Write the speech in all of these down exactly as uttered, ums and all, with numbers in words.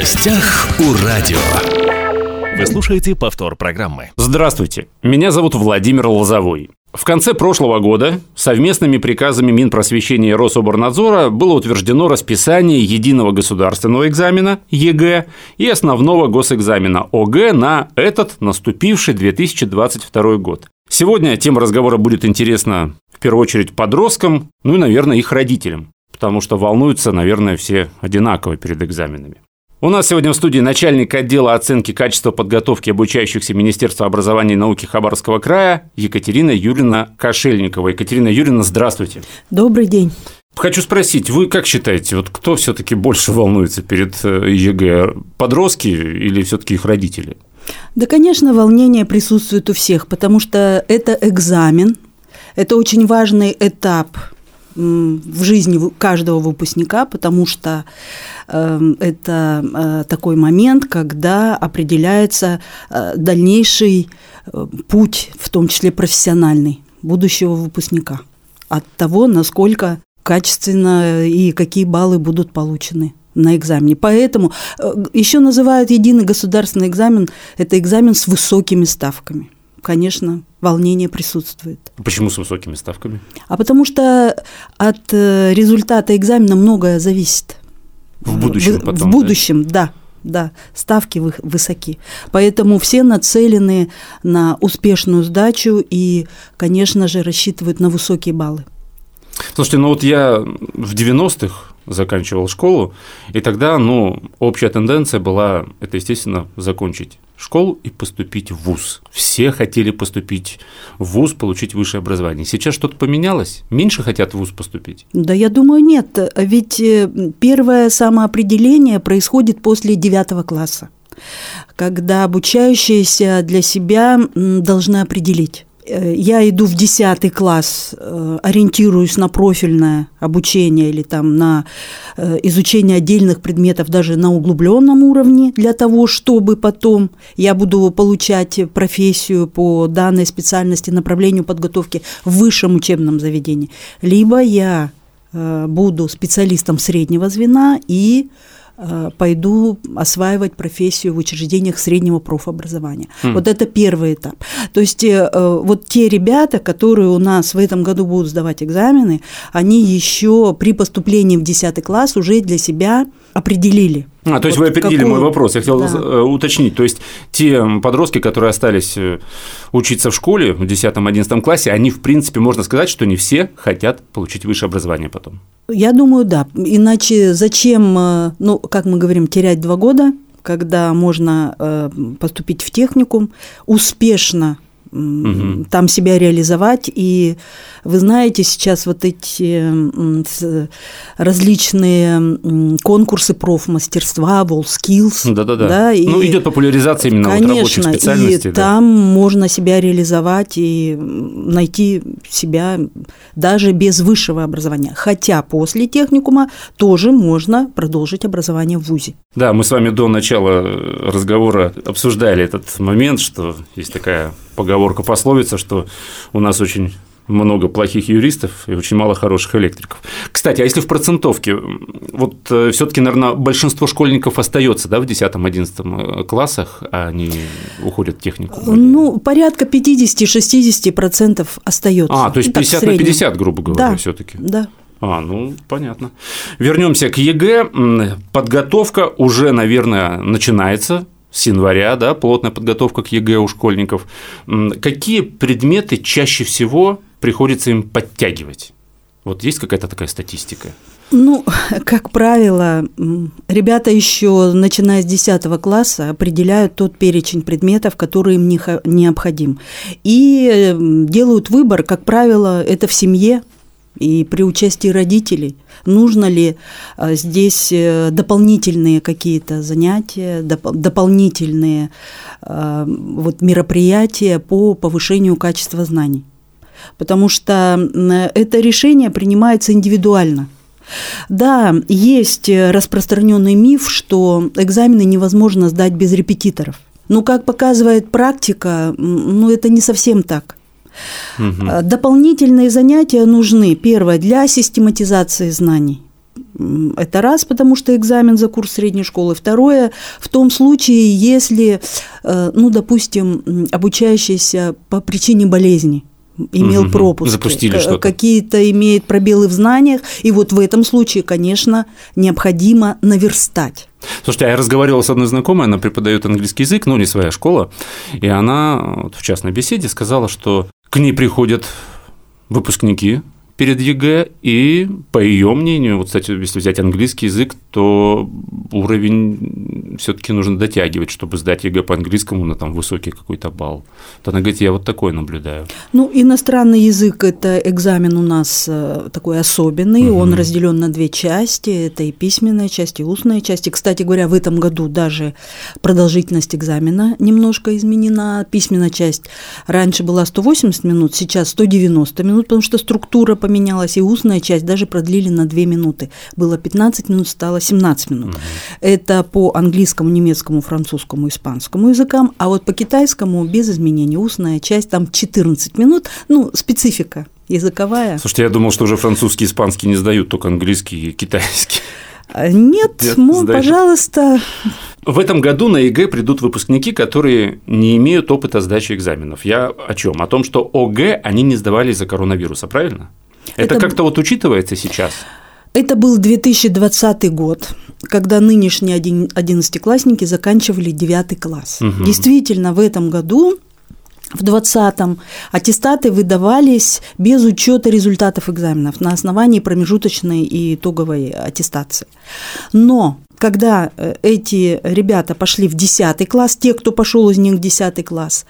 гостях у радио. Вы слушаете повтор программы. Здравствуйте, меня зовут Владимир Лозовой. В конце прошлого года совместными приказами Минпросвещения и Рособорнадзора было утверждено расписание единого государственного экзамена ЕГЭ и основного госэкзамена ОГЭ на этот наступивший две тысячи двадцать второй год. Сегодня тема разговора будет интересна в первую очередь подросткам, ну и, наверное, их родителям, потому что волнуются, наверное, все одинаково перед экзаменами. У нас сегодня в студии начальник отдела оценки качества подготовки обучающихся Министерства образования и науки Хабаровского края Екатерина Юрьевна Кошельникова. Екатерина Юрьевна, здравствуйте. Добрый день. Хочу спросить, вы как считаете, вот кто все-таки больше волнуется перед ЕГЭ, подростки или все-таки их родители? Да, конечно, волнение присутствует у всех, потому что это экзамен, это очень важный этап в жизни каждого выпускника, потому что это такой момент, когда определяется дальнейший путь, в том числе профессиональный, будущего выпускника, от того, насколько качественно и какие баллы будут получены на экзамене. Поэтому еще называют единый государственный экзамен – это экзамен с высокими ставками. Конечно, волнение присутствует. Почему с высокими ставками? А потому что от результата экзамена многое зависит. В будущем в, потом, В будущем, да? да, да, ставки высоки. Поэтому все нацелены на успешную сдачу и, конечно же, рассчитывают на высокие баллы. Слушайте, ну вот я в девяностых заканчивал школу, и тогда, ну, общая тенденция была, это, естественно, закончить школу и поступить в вуз. Все хотели поступить в вуз, получить высшее образование. Сейчас что-то поменялось? Меньше хотят в вуз поступить? Да, я думаю, нет. Ведь первое самоопределение происходит после девятого класса, когда обучающиеся для себя должны определить. Я иду в десятый класс, ориентируюсь на профильное обучение или там на изучение отдельных предметов даже на углубленном уровне для того, чтобы потом я буду получать профессию по данной специальности, направлению подготовки в высшем учебном заведении. Либо я буду специалистом среднего звена и пойду осваивать профессию в учреждениях среднего профобразования. Mm. Вот это первый этап. То есть вот те ребята, которые у нас в этом году будут сдавать экзамены, они еще при поступлении в десятый класс уже для себя определили. А, то есть вот вы опередили какой... мой вопрос. Я хотел да. уточнить. То есть те подростки, которые остались учиться в школе в десятом-одиннадцатом классе, они, в принципе, можно сказать, что не все хотят получить высшее образование потом. Я думаю, да. Иначе зачем, ну, как мы говорим, терять два года, когда можно поступить в техникум, успешно угу. там себя реализовать. И вы знаете, сейчас вот эти различные конкурсы профмастерства, WorldSkills. Да-да-да. Да, ну, идет популяризация именно конечно, вот рабочих специальностей. И да. там можно себя реализовать и найти себя даже без высшего образования. Хотя после техникума тоже можно продолжить образование в вузе. Да, мы с вами до начала разговора обсуждали этот момент, что есть такая поговорка, пословица, что у нас очень много плохих юристов и очень мало хороших электриков. Кстати, а если в процентовке, вот все-таки, наверное, большинство школьников остается, да, в десятом-одиннадцатом классах, а они уходят в технику? Ну, порядка пятьдесят-шестьдесят процентов остается. А, то есть пятьдесят на пятьдесят, грубо говоря, да, все-таки. Да. А, ну, понятно. Вернемся к ЕГЭ. Подготовка уже, наверное, начинается. С января, да, плотная подготовка к ЕГЭ у школьников. Какие предметы чаще всего приходится им подтягивать? Вот есть какая-то такая статистика? Ну, как правило, ребята еще, начиная с десятого класса, определяют тот перечень предметов, который им необходим. И делают выбор, как правило, это в семье. И при участии родителей, нужно ли здесь дополнительные какие-то занятия, доп- дополнительные вот, мероприятия по повышению качества знаний. Потому что это решение принимается индивидуально. Да, есть распространенный миф, что экзамены невозможно сдать без репетиторов. Но, как показывает практика, ну, это не совсем так. Угу. Дополнительные занятия нужны, первое, для систематизации знаний. Это раз, потому что экзамен за курс средней школы. Второе, в том случае, если, ну, допустим, обучающийся по причине болезни имел угу, пропуск, запустили что-то, какие-то имеет пробелы в знаниях, и вот в этом случае, конечно, необходимо наверстать. Слушайте, а я разговаривал с одной знакомой, она преподает английский язык, ну, не своя школа, и она в частной беседе сказала, что к ней приходят выпускники перед ЕГЭ, и, по ее мнению, вот, кстати, если взять английский язык, то уровень все-таки нужно дотягивать, чтобы сдать ЕГЭ по английскому на там высокий какой-то балл. Вот она говорит, я вот такое наблюдаю. Ну, иностранный язык – это экзамен у нас такой особенный, угу. Он разделен на две части, это и письменная часть, и устная часть. И, кстати говоря, в этом году даже продолжительность экзамена немножко изменена. Письменная часть раньше была сто восемьдесят минут, сейчас сто девяносто минут, потому что структура поменялась, и устная часть даже продлили на две минуты. Было пятнадцать минут, стало семнадцать минут. Угу. Это по английскому, немецкому, французскому, испанскому языкам, а вот по китайскому без изменений. Устная часть там четырнадцать минут, ну, специфика языковая. Слушайте, я думал, что уже французский, испанский не сдают, только английский и китайский. Нет, Нет ну, пожалуйста. В этом году на ЕГЭ придут выпускники, которые не имеют опыта сдачи экзаменов. Я о чем? О том, что ОГЭ они не сдавали из-за коронавируса, правильно? Это, Это как-то вот учитывается сейчас? Это был две тысячи двадцатый год, когда нынешние одиннадцатиклассники заканчивали девятый класс. Угу. Действительно, в этом году, в двадцатом, аттестаты выдавались без учета результатов экзаменов на основании промежуточной и итоговой аттестации. Но когда эти ребята пошли в десятый класс, те, кто пошел из них в десятый класс,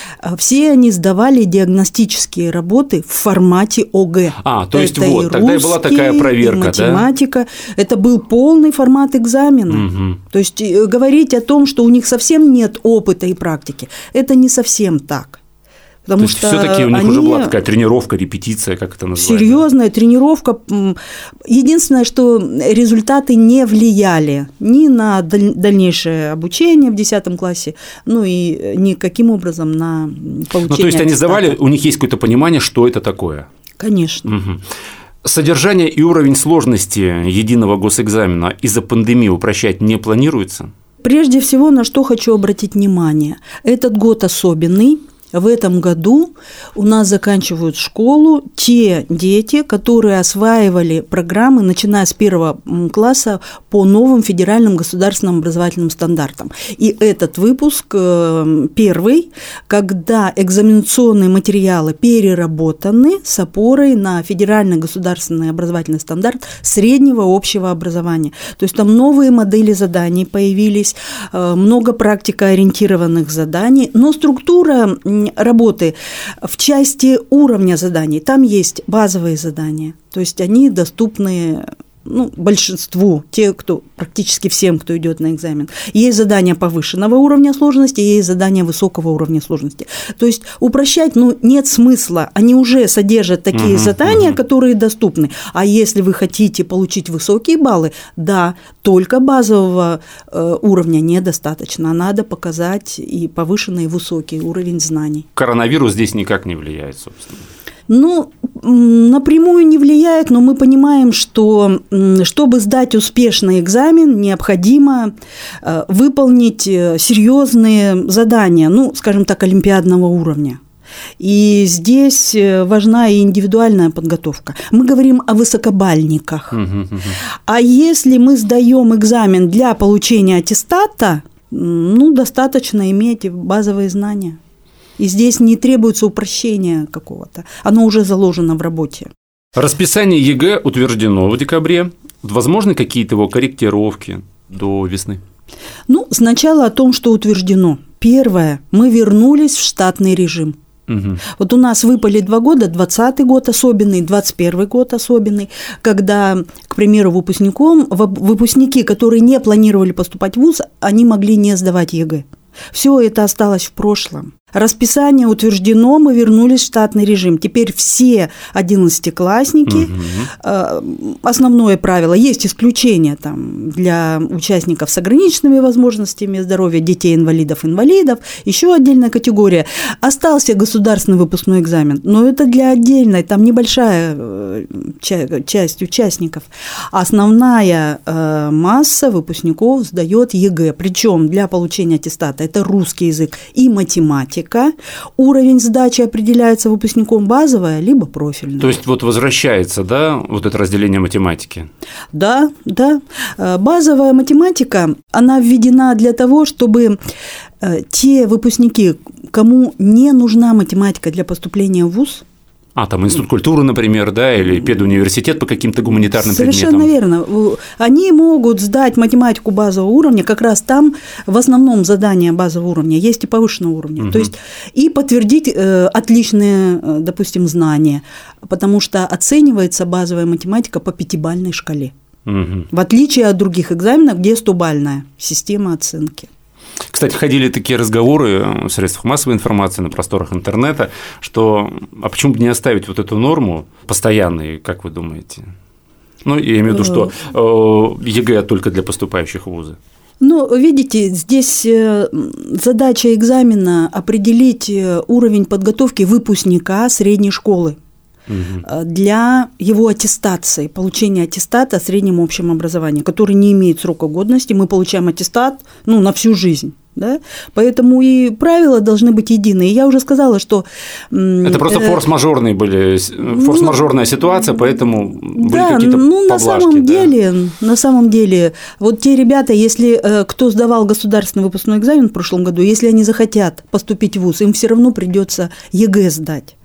все они сдавали диагностические работы в формате ОГЭ. А, то есть это вот, и тогда русский, и была такая проверка, и математика. Да? Это был полный формат экзамена. Угу. То есть говорить о том, что у них совсем нет опыта и практики, это не совсем так. Потому То есть все-таки у них уже была такая тренировка, репетиция, как это называется? Серьезная тренировка. Единственное, что результаты не влияли ни на дальнейшее обучение в десятом классе, ну и никаким образом на получение. Ну, то есть аттестата. Они сдавали, у них есть какое-то понимание, что это такое? Конечно. Угу. Содержание и уровень сложности единого госэкзамена из-за пандемии упрощать не планируется? Прежде всего, на что хочу обратить внимание. Этот год особенный. В этом году у нас заканчивают школу те дети, которые осваивали программы, начиная с первого класса, по новым федеральным государственным образовательным стандартам. И этот выпуск первый, когда экзаменационные материалы переработаны с опорой на федеральный государственный образовательный стандарт среднего общего образования. То есть там новые модели заданий появились, много практикоориентированных заданий, но структура работы в части уровня заданий. Там есть базовые задания, то есть они доступны, ну, большинству, те, кто, практически всем, кто идет на экзамен. Есть задания повышенного уровня сложности, есть задания высокого уровня сложности. То есть упрощать, ну, нет смысла. Они уже содержат такие uh-huh, задания, uh-huh. которые доступны. А если вы хотите получить высокие баллы, да, только базового э, уровня недостаточно. Надо показать и повышенный, и высокий уровень знаний. Коронавирус здесь никак не влияет, собственно. Ну, напрямую не влияет, но мы понимаем, что чтобы сдать успешный экзамен, необходимо выполнить серьезные задания, ну, скажем так, олимпиадного уровня. И здесь важна и индивидуальная подготовка. Мы говорим о высокобальниках. Uh-huh, uh-huh. А если мы сдаем экзамен для получения аттестата, ну, достаточно иметь базовые знания. И здесь не требуется упрощения какого-то. Оно уже заложено в работе. Расписание ЕГЭ утверждено в декабре. Возможны какие-то его корректировки до весны? Ну, сначала о том, что утверждено. Первое. Мы вернулись в штатный режим. Угу. Вот у нас выпали два года, двадцатый год особенный, двадцать первый год особенный, когда, к примеру, выпускникам, выпускники, которые не планировали поступать в вуз, они могли не сдавать ЕГЭ. Все это осталось в прошлом. Расписание утверждено, мы вернулись в штатный режим. Теперь все одиннадцатиклассники, угу. Основное правило, есть исключения там, для участников с ограниченными возможностями здоровья, детей-инвалидов, инвалидов, еще отдельная категория. Остался государственный выпускной экзамен, но это для отдельной, там небольшая часть участников. Основная масса выпускников сдает ЕГЭ, причем для получения аттестата это русский язык и математика. Уровень сдачи определяется выпускником базовая либо профильная. То есть вот возвращается, да, вот это разделение математики? Да, да. Базовая математика, она введена для того, чтобы те выпускники, кому не нужна математика для поступления в вуз. А, там институт культуры, например, да, или педуниверситет по каким-то гуманитарным Совершенно предметам. Совершенно верно. Они могут сдать математику базового уровня, как раз там в основном задания базового уровня есть и повышенного уровня. Угу. То есть и подтвердить э, отличные, э, допустим, знания, потому что оценивается базовая математика по пятибалльной шкале. Угу. В отличие от других экзаменов, где стобалльная система оценки. Кстати, ходили такие разговоры в средствах массовой информации, на просторах интернета, что а почему бы не оставить вот эту норму постоянной, как вы думаете? Ну, я имею в виду, что ЕГЭ только для поступающих в вузы. Ну, видите, здесь задача экзамена – определить уровень подготовки выпускника средней школы. Угу. Для его аттестации, получения аттестата о среднем общем образовании, который не имеет срока годности, мы получаем аттестат ну, на всю жизнь. Да? Поэтому и правила должны быть единые. Я уже сказала, что… Это просто форс-мажорные были, форс-мажорная ситуация, поэтому были да, какие-то ну, поблажки. На самом, да? деле, на самом деле, вот те ребята, если кто сдавал государственный выпускной экзамен в прошлом году, если они захотят поступить в вуз, им все равно придется ЕГЭ сдать.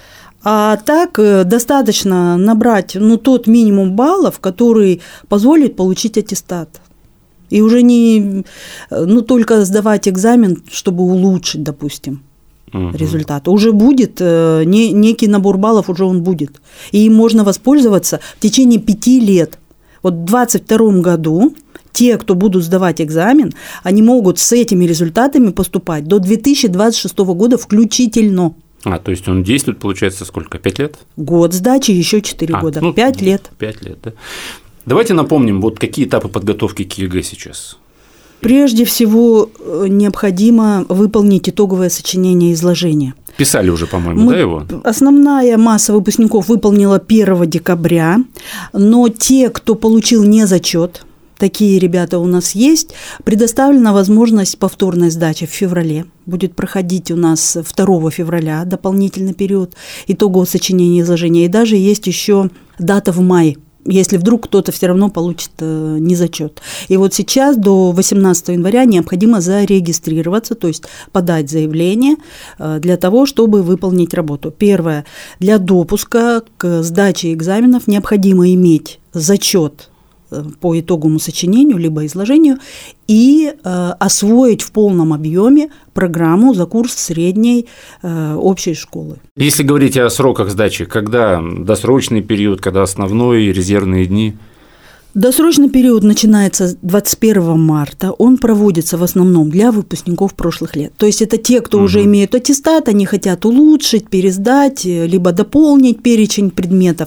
А так достаточно набрать ну, тот минимум баллов, который позволит получить аттестат. И уже не ну, только сдавать экзамен, чтобы улучшить, допустим, угу. результат. Уже будет, не, некий набор баллов уже он будет. И им можно воспользоваться в течение пяти лет. Вот в двадцать втором году те, кто будут сдавать экзамен, они могут с этими результатами поступать до две тысячи двадцать шестого года включительно. А, то есть он действует, получается, сколько? Пять лет? Год сдачи, еще четыре а, года. Ну, Пять лет. Пять лет, да. Давайте напомним, вот какие этапы подготовки к ЕГЭ сейчас. Прежде всего, необходимо выполнить итоговое сочинение изложения. Писали уже, по-моему, Мы, да, его? Основная масса выпускников выполнила первого декабря, но те, кто получил незачет, такие ребята у нас есть, предоставлена возможность повторной сдачи в феврале. Будет проходить у нас второго февраля дополнительный период итогового сочинения изложения. И даже есть еще дата в мае, если вдруг кто-то все равно получит незачет. И вот сейчас до восемнадцатого января необходимо зарегистрироваться, то есть подать заявление для того, чтобы выполнить работу. Первое. Для допуска к сдаче экзаменов необходимо иметь зачет по итоговому сочинению либо изложению и э, освоить в полном объеме программу за курс средней э, общей школы. Если говорить о сроках сдачи, когда досрочный период, когда основной, резервные дни? Досрочный период начинается двадцать первого марта, он проводится в основном для выпускников прошлых лет. То есть это те, кто угу. уже имеют аттестат, они хотят улучшить, пересдать, либо дополнить перечень предметов,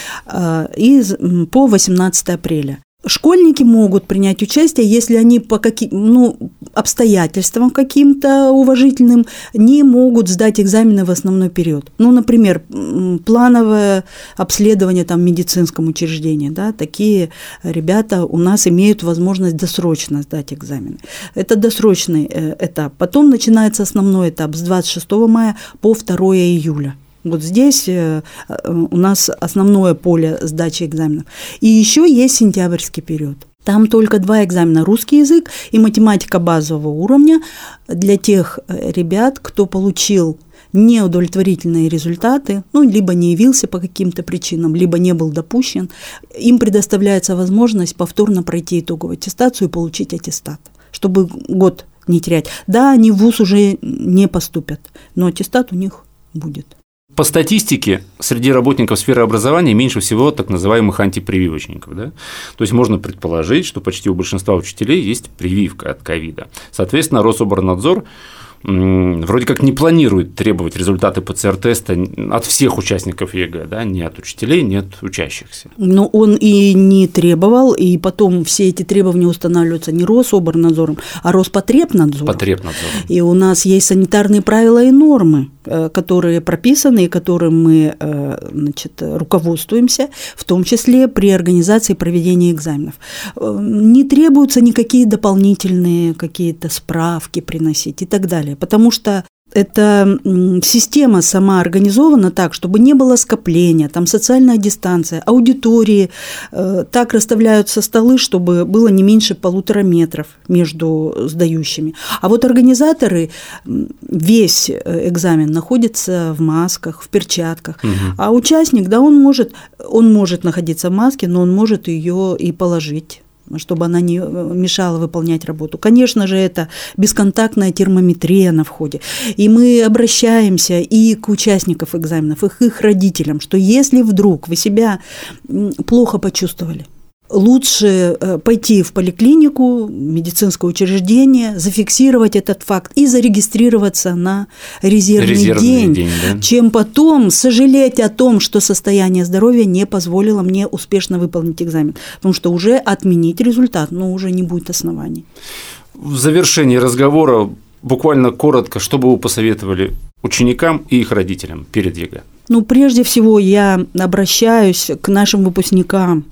и по восемнадцатого апреля. Школьники могут принять участие, если они по каким, ну, обстоятельствам каким-то уважительным не могут сдать экзамены в основной период. Ну, например, плановое обследование там, в медицинском учреждении. Да, такие ребята у нас имеют возможность досрочно сдать экзамены. Это досрочный этап. Потом начинается основной этап с двадцать шестого мая по второго июля. Вот здесь у нас основное поле сдачи экзаменов. И еще есть сентябрьский период. Там только два экзамена – русский язык и математика базового уровня для тех ребят, кто получил неудовлетворительные результаты, ну, либо не явился по каким-то причинам, либо не был допущен. Им предоставляется возможность повторно пройти итоговую аттестацию и получить аттестат, чтобы год не терять. Да, они в вуз уже не поступят, но аттестат у них будет. По статистике, среди работников сферы образования меньше всего так называемых антипрививочников. Да? То есть можно предположить, что почти у большинства учителей есть прививка от ковида. Соответственно, Рособорнадзор вроде как не планирует требовать результаты ПЦР-теста от всех участников ЕГЭ, да, не от учителей, не от учащихся. Но он и не требовал, и потом все эти требования устанавливаются не Рособорнадзором, а Роспотребнадзором. Потребнадзором. И у нас есть санитарные правила и нормы, которые прописаны и которым мы, значит, руководствуемся, в том числе при организации проведения экзаменов. Не требуются никакие дополнительные какие-то справки приносить и так далее, потому что эта система сама организована так, чтобы не было скопления, там социальная дистанция, аудитории э, так расставляются столы, чтобы было не меньше полутора метров между сдающими. А вот организаторы, весь экзамен находится в масках, в перчатках, угу. А участник, да, он может, он может находиться в маске, но он может ее и положить, чтобы она не мешала выполнять работу. Конечно же, это бесконтактная термометрия на входе. И мы обращаемся и к участникам экзаменов, и к их родителям, что если вдруг вы себя плохо почувствовали, лучше пойти в поликлинику, медицинское учреждение, зафиксировать этот факт и зарегистрироваться на резервный, резервный день, день да? чем потом сожалеть о том, что состояние здоровья не позволило мне успешно выполнить экзамен, потому что уже отменить результат, но уже не будет оснований. В завершении разговора буквально коротко, что бы вы посоветовали ученикам и их родителям перед ЕГЭ? Ну, прежде всего, я обращаюсь к нашим выпускникам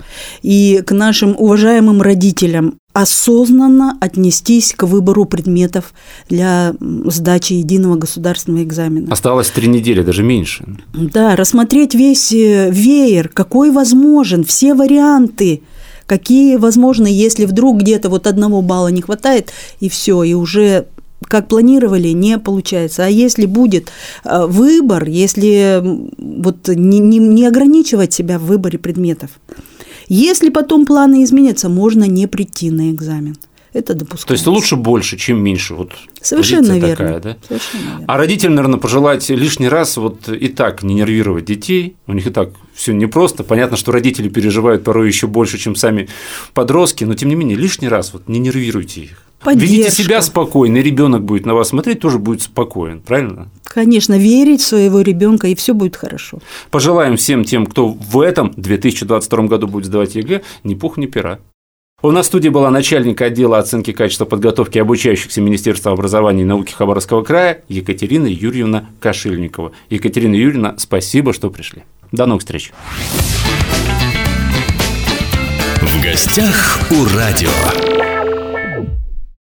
и к нашим уважаемым родителям осознанно отнестись к выбору предметов для сдачи единого государственного экзамена. Осталось три недели, даже меньше. Да, рассмотреть весь веер, какой возможен, все варианты, какие возможны, если вдруг где-то вот одного балла не хватает, и все, и уже как планировали, не получается. А если будет выбор, если вот не, не, не ограничивать себя в выборе предметов, если потом планы изменятся, можно не прийти на экзамен. Это допускается. То есть лучше больше, чем меньше. Вот совершенно верно. Такая, да? Совершенно верно. А родителям, наверное, пожелать лишний раз вот и так не нервировать детей. У них и так все непросто. Понятно, что родители переживают порой еще больше, чем сами подростки, но тем не менее лишний раз вот не нервируйте их. Поддержка. Ведите себя спокойно, и ребенок будет на вас смотреть, тоже будет спокоен, правильно? Конечно, верить в своего ребенка, и все будет хорошо. Пожелаем всем тем, кто в этом две тысячи двадцать втором году будет сдавать ЕГЭ, ни пуха, ни пера. У нас в студии была начальник отдела оценки качества подготовки обучающихся Министерства образования и науки Хабаровского края Екатерина Юрьевна Кашильникова. Екатерина Юрьевна, спасибо, что пришли. До новых встреч. В гостях у радио.